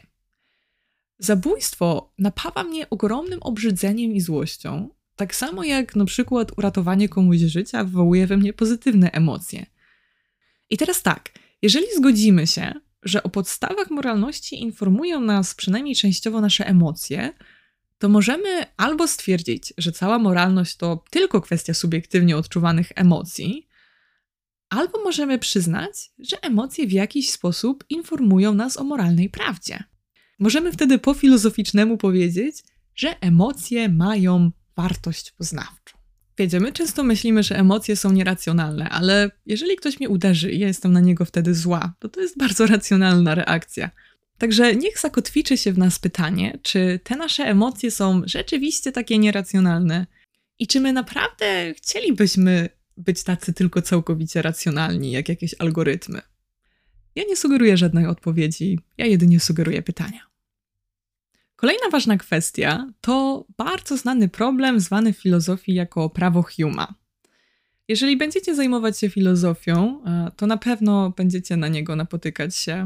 Zabójstwo napawa mnie ogromnym obrzydzeniem i złością, tak samo jak na przykład uratowanie komuś życia wywołuje we mnie pozytywne emocje. I teraz tak, jeżeli zgodzimy się, że o podstawach moralności informują nas przynajmniej częściowo nasze emocje, to możemy albo stwierdzić, że cała moralność to tylko kwestia subiektywnie odczuwanych emocji, albo możemy przyznać, że emocje w jakiś sposób informują nas o moralnej prawdzie. Możemy wtedy po filozoficznemu powiedzieć, że emocje mają wartość poznawczą. Wiecie, my często myślimy, że emocje są nieracjonalne, ale jeżeli ktoś mnie uderzy i ja jestem na niego wtedy zła, to to jest bardzo racjonalna reakcja. Także niech zakotwiczy się w nas pytanie, czy te nasze emocje są rzeczywiście takie nieracjonalne i czy my naprawdę chcielibyśmy być tacy tylko całkowicie racjonalni, jak jakieś algorytmy. Ja nie sugeruję żadnej odpowiedzi, ja jedynie sugeruję pytania. Kolejna ważna kwestia to bardzo znany problem zwany w filozofii jako prawo Humea. Jeżeli będziecie zajmować się filozofią, to na pewno będziecie na niego napotykać się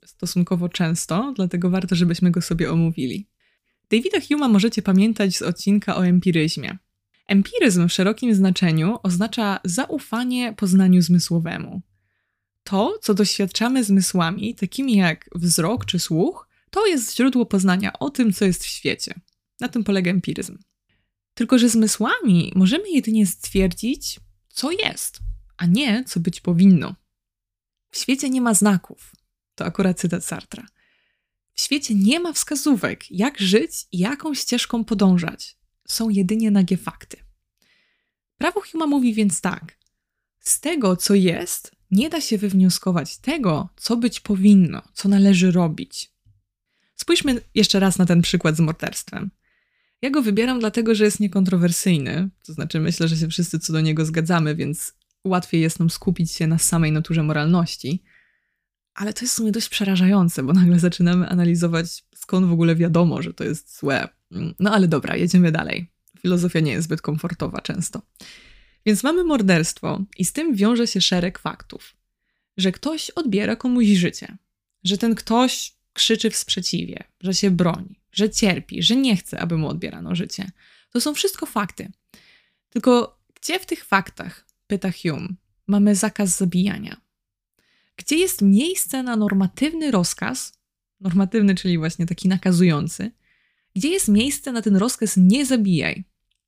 stosunkowo często, dlatego warto, żebyśmy go sobie omówili. Davida Humea możecie pamiętać z odcinka o empiryzmie. Empiryzm w szerokim znaczeniu oznacza zaufanie poznaniu zmysłowemu. To, co doświadczamy zmysłami, takimi jak wzrok czy słuch, to jest źródło poznania o tym, co jest w świecie. Na tym polega empiryzm. Tylko że zmysłami możemy jedynie stwierdzić, co jest, a nie co być powinno. W świecie nie ma znaków. To akurat cytat Sartra. W świecie nie ma wskazówek, jak żyć i jaką ścieżką podążać. Są jedynie nagie fakty. Prawo Humea mówi więc tak. Z tego, co jest, nie da się wywnioskować tego, co być powinno, co należy robić. Spójrzmy jeszcze raz na ten przykład z morderstwem. Ja go wybieram dlatego, że jest niekontrowersyjny, to znaczy myślę, że się wszyscy co do niego zgadzamy, więc łatwiej jest nam skupić się na samej naturze moralności. Ale to jest w sumie dość przerażające, bo nagle zaczynamy analizować, skąd w ogóle wiadomo, że to jest złe. No ale dobra, jedziemy dalej. Filozofia nie jest zbyt komfortowa często. Więc mamy morderstwo i z tym wiąże się szereg faktów. Że ktoś odbiera komuś życie. Że ten ktoś krzyczy w sprzeciwie, że się broni, że cierpi, że nie chce, aby mu odbierano życie. To są wszystko fakty. Tylko gdzie w tych faktach, pyta Hume, mamy zakaz zabijania? Gdzie jest miejsce na normatywny rozkaz, normatywny, czyli właśnie taki nakazujący, gdzie jest miejsce na ten rozkaz nie zabijaj?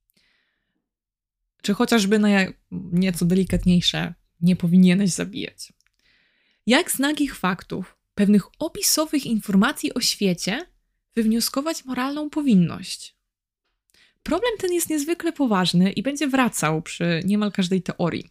Czy chociażby na nieco delikatniejsze nie powinieneś zabijać? Jak z nagich faktów, pewnych opisowych informacji o świecie wywnioskować moralną powinność? Problem ten jest niezwykle poważny i będzie wracał przy niemal każdej teorii.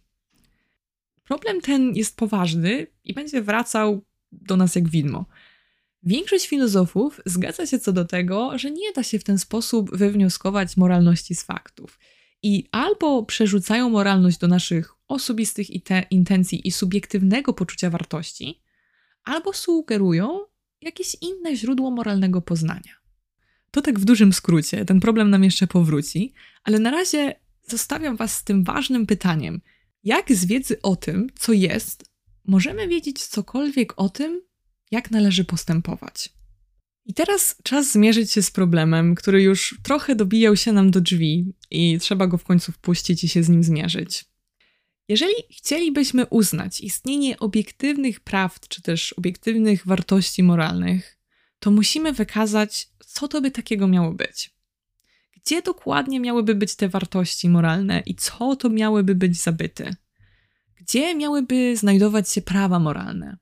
Problem ten jest poważny i będzie wracał do nas jak widmo. Większość filozofów zgadza się co do tego, że nie da się w ten sposób wywnioskować moralności z faktów. I albo przerzucają moralność do naszych osobistych intencji i subiektywnego poczucia wartości, albo sugerują jakieś inne źródło moralnego poznania. To tak w dużym skrócie, ten problem nam jeszcze powróci, ale na razie zostawiam was z tym ważnym pytaniem. Jak z wiedzy o tym, co jest, możemy wiedzieć cokolwiek o tym, jak należy postępować? I teraz czas zmierzyć się z problemem, który już trochę dobijał się nam do drzwi i trzeba go w końcu wpuścić i się z nim zmierzyć. Jeżeli chcielibyśmy uznać istnienie obiektywnych prawd, czy też obiektywnych wartości moralnych, to musimy wykazać, co to by takiego miało być. Gdzie dokładnie miałyby być te wartości moralne i co to miałyby być za byty? Gdzie miałyby znajdować się prawa moralne?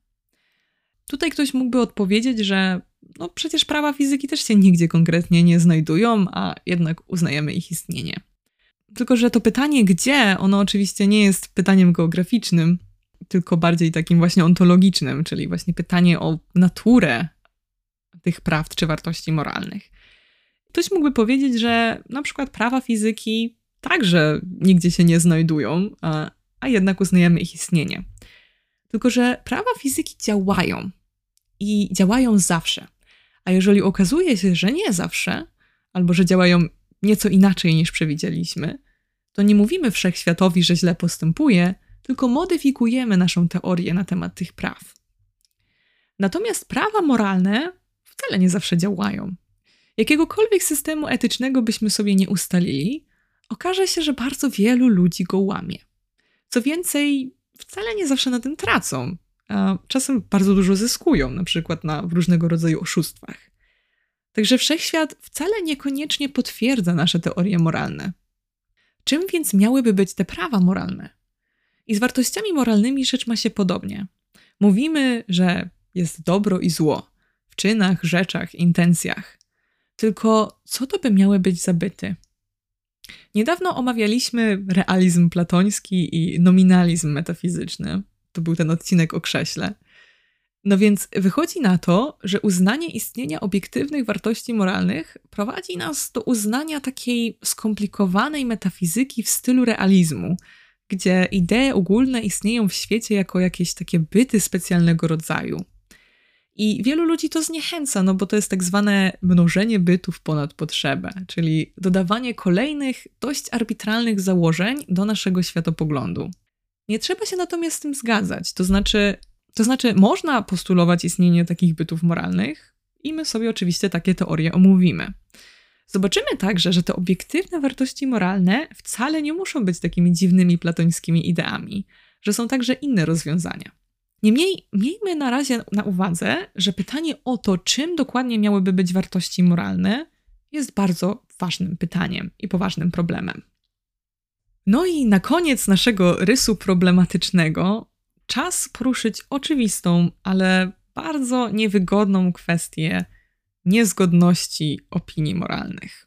Tutaj ktoś mógłby odpowiedzieć, że no przecież prawa fizyki też się nigdzie konkretnie nie znajdują, a jednak uznajemy ich istnienie. Tylko że to pytanie gdzie, ono oczywiście nie jest pytaniem geograficznym, tylko bardziej takim właśnie ontologicznym, czyli właśnie pytanie o naturę tych prawd czy wartości moralnych. Ktoś mógłby powiedzieć, że na przykład prawa fizyki także nigdzie się nie znajdują, a, a jednak uznajemy ich istnienie. Tylko że prawa fizyki działają i działają zawsze. A jeżeli okazuje się, że nie zawsze, albo że działają nieco inaczej niż przewidzieliśmy, to nie mówimy wszechświatowi, że źle postępuje, tylko modyfikujemy naszą teorię na temat tych praw. Natomiast prawa moralne wcale nie zawsze działają. Jakiegokolwiek systemu etycznego byśmy sobie nie ustalili, okaże się, że bardzo wielu ludzi go łamie. Co więcej, wcale nie zawsze na tym tracą, a czasem bardzo dużo zyskują, na przykład na różnego rodzaju oszustwach. Także wszechświat wcale niekoniecznie potwierdza nasze teorie moralne. Czym więc miałyby być te prawa moralne? I z wartościami moralnymi rzecz ma się podobnie. Mówimy, że jest dobro i zło w czynach, rzeczach, intencjach. Tylko co to by miały być za byty? Niedawno omawialiśmy realizm platoński i nominalizm metafizyczny. To był ten odcinek o krześle. No więc wychodzi na to, że uznanie istnienia obiektywnych wartości moralnych prowadzi nas do uznania takiej skomplikowanej metafizyki w stylu realizmu, gdzie idee ogólne istnieją w świecie jako jakieś takie byty specjalnego rodzaju. I wielu ludzi to zniechęca, no bo to jest tak zwane mnożenie bytów ponad potrzebę, czyli dodawanie kolejnych, dość arbitralnych założeń do naszego światopoglądu. Nie trzeba się natomiast z tym zgadzać, to znaczy To znaczy, można postulować istnienie takich bytów moralnych i my sobie oczywiście takie teorie omówimy. Zobaczymy także, że te obiektywne wartości moralne wcale nie muszą być takimi dziwnymi platońskimi ideami, że są także inne rozwiązania. Niemniej miejmy na razie na uwadze, że pytanie o to, czym dokładnie miałyby być wartości moralne, jest bardzo ważnym pytaniem i poważnym problemem. No i na koniec naszego rysu problematycznego czas poruszyć oczywistą, ale bardzo niewygodną kwestię niezgodności opinii moralnych.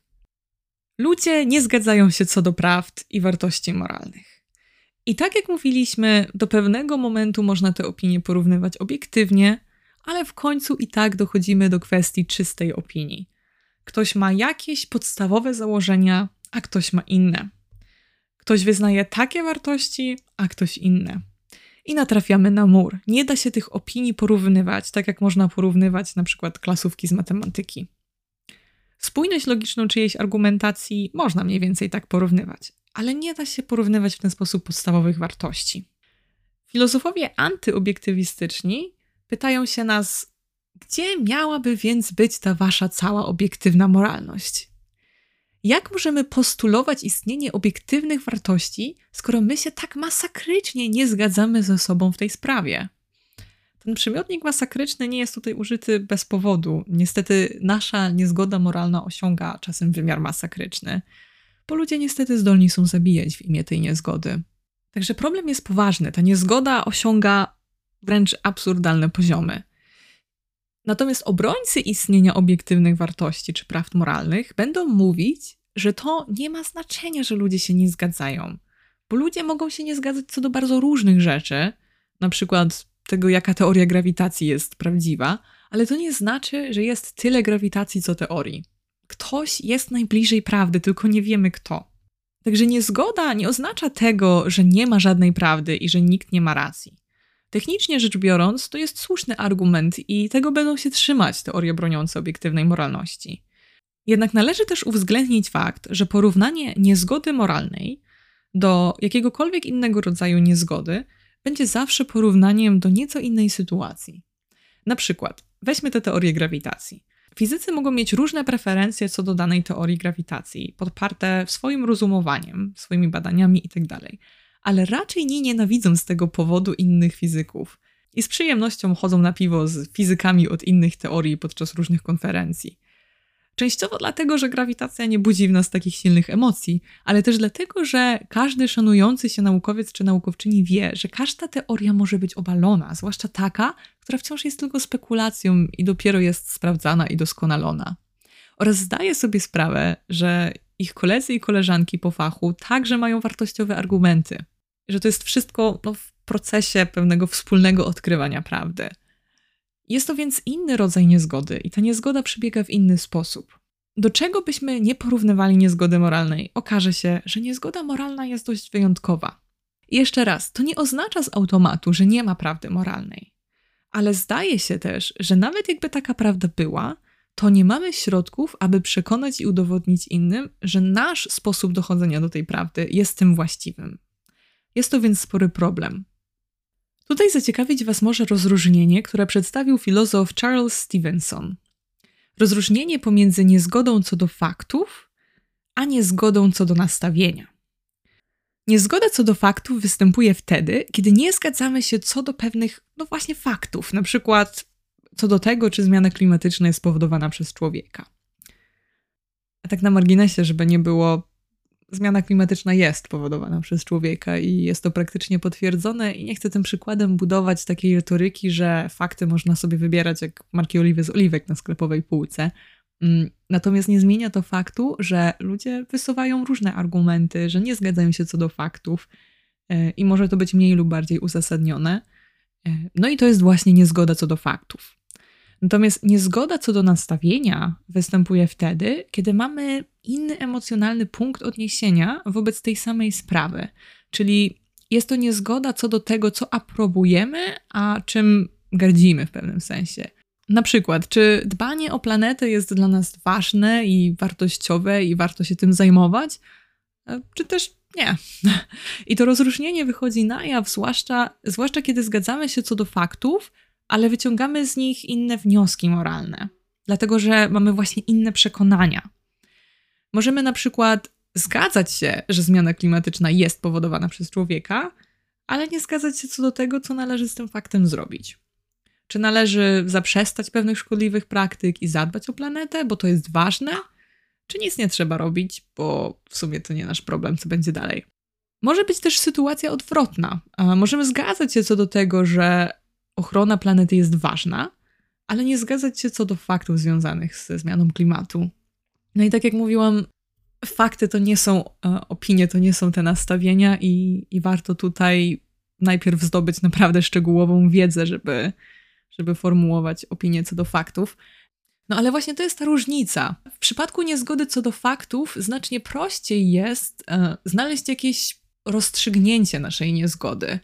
Ludzie nie zgadzają się co do prawd i wartości moralnych. I tak jak mówiliśmy, do pewnego momentu można te opinie porównywać obiektywnie, ale w końcu i tak dochodzimy do kwestii czystej opinii. Ktoś ma jakieś podstawowe założenia, a ktoś ma inne. Ktoś wyznaje takie wartości, a ktoś inne. I natrafiamy na mur. Nie da się tych opinii porównywać, tak jak można porównywać na przykład klasówki z matematyki. Spójność logiczną czyjejś argumentacji można mniej więcej tak porównywać, ale nie da się porównywać w ten sposób podstawowych wartości. Filozofowie antyoobiektywistyczni pytają się nas, gdzie miałaby więc być ta wasza cała obiektywna moralność? Jak możemy postulować istnienie obiektywnych wartości, skoro my się tak masakrycznie nie zgadzamy ze sobą w tej sprawie? Ten przymiotnik masakryczny nie jest tutaj użyty bez powodu. Niestety nasza niezgoda moralna osiąga czasem wymiar masakryczny, bo ludzie niestety zdolni są zabijać w imię tej niezgody. Także problem jest poważny. Ta niezgoda osiąga wręcz absurdalne poziomy. Natomiast obrońcy istnienia obiektywnych wartości czy prawd moralnych będą mówić, że to nie ma znaczenia, że ludzie się nie zgadzają. Bo ludzie mogą się nie zgadzać co do bardzo różnych rzeczy, na przykład tego, jaka teoria grawitacji jest prawdziwa, ale to nie znaczy, że jest tyle grawitacji, co teorii. Ktoś jest najbliżej prawdy, tylko nie wiemy kto. Także niezgoda nie oznacza tego, że nie ma żadnej prawdy i że nikt nie ma racji. Technicznie rzecz biorąc, to jest słuszny argument i tego będą się trzymać teorie broniące obiektywnej moralności. Jednak należy też uwzględnić fakt, że porównanie niezgody moralnej do jakiegokolwiek innego rodzaju niezgody będzie zawsze porównaniem do nieco innej sytuacji. Na przykład, weźmy tę teorię grawitacji. Fizycy mogą mieć różne preferencje co do danej teorii grawitacji, podparte swoim rozumowaniem, swoimi badaniami itd., ale raczej nie nienawidzą z tego powodu innych fizyków i z przyjemnością chodzą na piwo z fizykami od innych teorii podczas różnych konferencji. Częściowo dlatego, że grawitacja nie budzi w nas takich silnych emocji, ale też dlatego, że każdy szanujący się naukowiec czy naukowczyni wie, że każda teoria może być obalona, zwłaszcza taka, która wciąż jest tylko spekulacją i dopiero jest sprawdzana i doskonalona. Oraz zdaje sobie sprawę, że ich koledzy i koleżanki po fachu także mają wartościowe argumenty. Że to jest wszystko no, w procesie pewnego wspólnego odkrywania prawdy. Jest to więc inny rodzaj niezgody i ta niezgoda przebiega w inny sposób. Do czego byśmy nie porównywali niezgody moralnej, okaże się, że niezgoda moralna jest dość wyjątkowa. I jeszcze raz, to nie oznacza z automatu, że nie ma prawdy moralnej. Ale zdaje się też, że nawet jakby taka prawda była, to nie mamy środków, aby przekonać i udowodnić innym, że nasz sposób dochodzenia do tej prawdy jest tym właściwym. Jest to więc spory problem. Tutaj zaciekawić Was może rozróżnienie, które przedstawił filozof Charles Stevenson. Rozróżnienie pomiędzy niezgodą co do faktów, a niezgodą co do nastawienia. Niezgoda co do faktów występuje wtedy, kiedy nie zgadzamy się co do pewnych, no właśnie faktów, na przykład co do tego, czy zmiana klimatyczna jest spowodowana przez człowieka. A tak na marginesie, żeby nie było, zmiana klimatyczna jest powodowana przez człowieka i jest to praktycznie potwierdzone i nie chcę tym przykładem budować takiej retoryki, że fakty można sobie wybierać jak marki oliwy z oliwek na sklepowej półce. Natomiast nie zmienia to faktu, że ludzie wysuwają różne argumenty, że nie zgadzają się co do faktów i może to być mniej lub bardziej uzasadnione. No i to jest właśnie niezgoda co do faktów. Natomiast niezgoda co do nastawienia występuje wtedy, kiedy mamy inny emocjonalny punkt odniesienia wobec tej samej sprawy. Czyli jest to niezgoda co do tego, co aprobujemy, a czym gardzimy w pewnym sensie. Na przykład, czy dbanie o planetę jest dla nas ważne i wartościowe i warto się tym zajmować? Czy też Nie. I to rozróżnienie wychodzi na jaw, zwłaszcza, zwłaszcza kiedy zgadzamy się co do faktów, ale wyciągamy z nich inne wnioski moralne. Dlatego, że mamy właśnie inne przekonania. Możemy na przykład zgadzać się, że zmiana klimatyczna jest powodowana przez człowieka, ale nie zgadzać się co do tego, co należy z tym faktem zrobić. Czy należy zaprzestać pewnych szkodliwych praktyk i zadbać o planetę, bo to jest ważne? Czy nic nie trzeba robić, bo w sumie to nie nasz problem, co będzie dalej. Może być też sytuacja odwrotna. Możemy zgadzać się co do tego, że ochrona planety jest ważna, ale nie zgadzać się co do faktów związanych ze zmianą klimatu. No i tak jak mówiłam, fakty to nie są opinie, to nie są te nastawienia i, i warto tutaj najpierw zdobyć naprawdę szczegółową wiedzę, żeby, żeby formułować opinie co do faktów. No ale właśnie to jest ta różnica. W przypadku niezgody co do faktów znacznie prościej jest e, znaleźć jakieś rozstrzygnięcie naszej niezgody,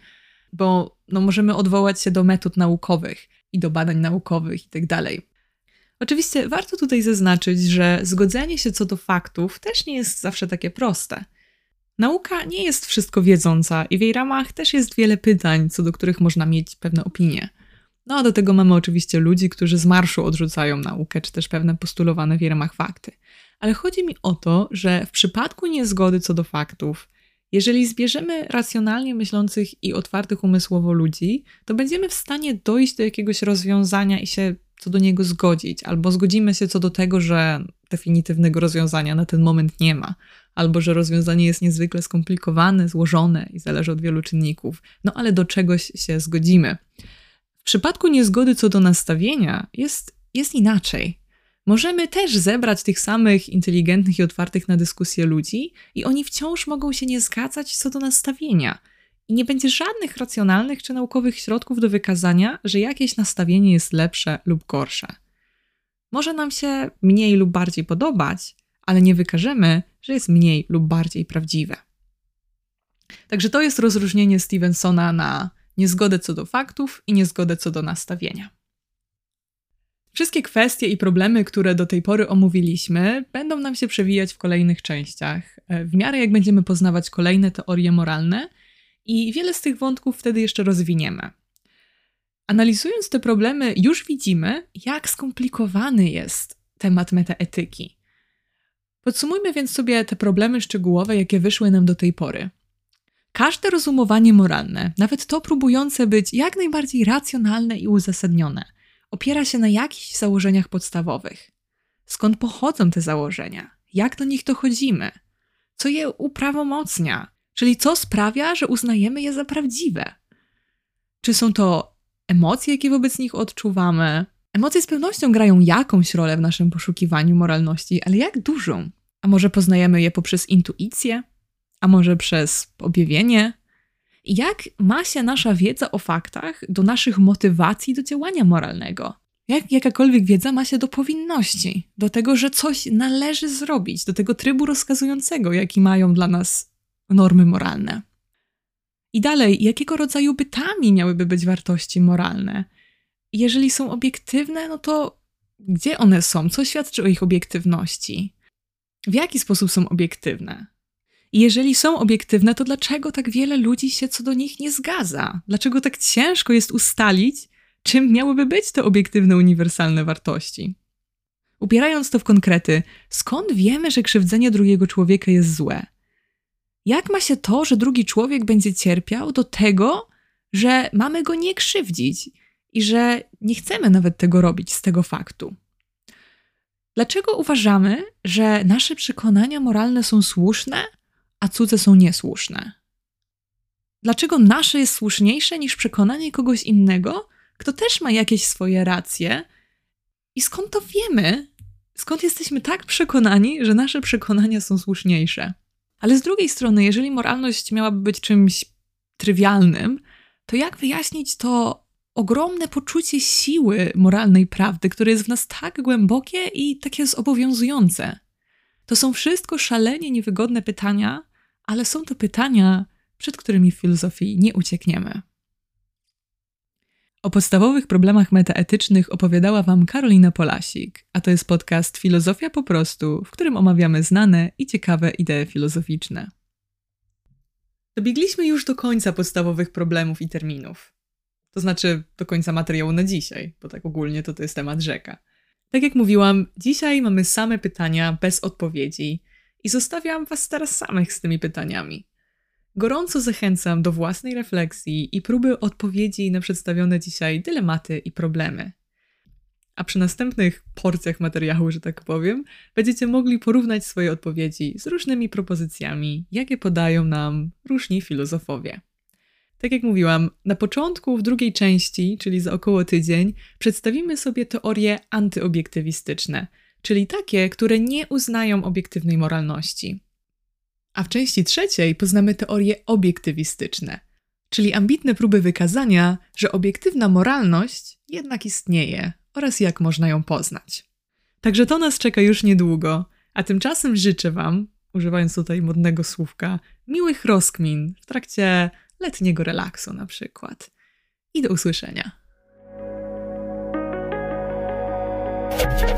bo no, możemy odwołać się do metod naukowych i do badań naukowych i tak dalej. Oczywiście warto tutaj zaznaczyć, że zgodzenie się co do faktów też nie jest zawsze takie proste. Nauka nie jest wszystko wiedząca i w jej ramach też jest wiele pytań, co do których można mieć pewne opinie. No a do tego mamy oczywiście ludzi, którzy z marszu odrzucają naukę, czy też pewne postulowane w jej ramach fakty. Ale chodzi mi o to, że w przypadku niezgody co do faktów, jeżeli zbierzemy racjonalnie myślących i otwartych umysłowo ludzi, to będziemy w stanie dojść do jakiegoś rozwiązania i się co do niego zgodzić, albo zgodzimy się co do tego, że definitywnego rozwiązania na ten moment nie ma, albo że rozwiązanie jest niezwykle skomplikowane, złożone i zależy od wielu czynników, no ale do czegoś się zgodzimy. W przypadku niezgody co do nastawienia jest, jest inaczej. Możemy też zebrać tych samych inteligentnych i otwartych na dyskusję ludzi i oni wciąż mogą się nie zgadzać co do nastawienia. I nie będzie żadnych racjonalnych czy naukowych środków do wykazania, że jakieś nastawienie jest lepsze lub gorsze. Może nam się mniej lub bardziej podobać, ale nie wykażemy, że jest mniej lub bardziej prawdziwe. Także to jest rozróżnienie Stevensona na niezgodę co do faktów i niezgodę co do nastawienia. Wszystkie kwestie i problemy, które do tej pory omówiliśmy, będą nam się przewijać w kolejnych częściach, w miarę jak będziemy poznawać kolejne teorie moralne i wiele z tych wątków wtedy jeszcze rozwiniemy. Analizując te problemy, już widzimy, jak skomplikowany jest temat metaetyki. Podsumujmy więc sobie te problemy szczegółowe, jakie wyszły nam do tej pory. Każde rozumowanie moralne, nawet to próbujące być jak najbardziej racjonalne i uzasadnione, opiera się na jakichś założeniach podstawowych. Skąd pochodzą te założenia? Jak do nich dochodzimy? Co je uprawomocnia? Czyli co sprawia, że uznajemy je za prawdziwe? Czy są to emocje, jakie wobec nich odczuwamy? Emocje z pewnością grają jakąś rolę w naszym poszukiwaniu moralności, ale jak dużą? A może poznajemy je poprzez intuicję? A może przez objawienie? Jak ma się nasza wiedza o faktach do naszych motywacji do działania moralnego? Jak jakakolwiek wiedza ma się do powinności, do tego, że coś należy zrobić, do tego trybu rozkazującego, jaki mają dla nas normy moralne? I dalej, jakiego rodzaju bytami miałyby być wartości moralne? Jeżeli są obiektywne, no to gdzie one są? Co świadczy o ich obiektywności? W jaki sposób są obiektywne? I jeżeli są obiektywne, to dlaczego tak wiele ludzi się co do nich nie zgadza? Dlaczego tak ciężko jest ustalić, czym miałyby być te obiektywne, uniwersalne wartości? Ubierając to w konkrety, skąd wiemy, że krzywdzenie drugiego człowieka jest złe? Jak ma się to, że drugi człowiek będzie cierpiał, do tego, że mamy go nie krzywdzić i że nie chcemy nawet tego robić z tego faktu? Dlaczego uważamy, że nasze przekonania moralne są słuszne, a cudze są niesłuszne? Dlaczego nasze jest słuszniejsze niż przekonanie kogoś innego, kto też ma jakieś swoje racje? I skąd to wiemy? Skąd jesteśmy tak przekonani, że nasze przekonania są słuszniejsze? Ale z drugiej strony, jeżeli moralność miałaby być czymś trywialnym, to jak wyjaśnić to ogromne poczucie siły moralnej prawdy, które jest w nas tak głębokie i takie zobowiązujące? To są wszystko szalenie niewygodne pytania, ale są to pytania, przed którymi w filozofii nie uciekniemy. O podstawowych problemach metaetycznych opowiadała Wam Karolina Polasik, a to jest podcast Filozofia po prostu, w którym omawiamy znane i ciekawe idee filozoficzne. Dobiegliśmy już do końca podstawowych problemów i terminów. To znaczy do końca materiału na dzisiaj, bo tak ogólnie to to jest temat rzeka. Tak jak mówiłam, dzisiaj mamy same pytania bez odpowiedzi i zostawiam was teraz samych z tymi pytaniami. Gorąco zachęcam do własnej refleksji i próby odpowiedzi na przedstawione dzisiaj dylematy i problemy. A przy następnych porcjach materiału, że tak powiem, będziecie mogli porównać swoje odpowiedzi z różnymi propozycjami, jakie podają nam różni filozofowie. Tak jak mówiłam, na początku, w drugiej części, czyli za około tydzień, przedstawimy sobie teorie antyoobiektywistyczne, czyli takie, które nie uznają obiektywnej moralności. A w części trzeciej poznamy teorie obiektywistyczne, czyli ambitne próby wykazania, że obiektywna moralność jednak istnieje oraz jak można ją poznać. Także to nas czeka już niedługo, a tymczasem życzę wam, używając tutaj modnego słówka, miłych rozkmin w trakcie letniego relaksu na przykład. I do usłyszenia.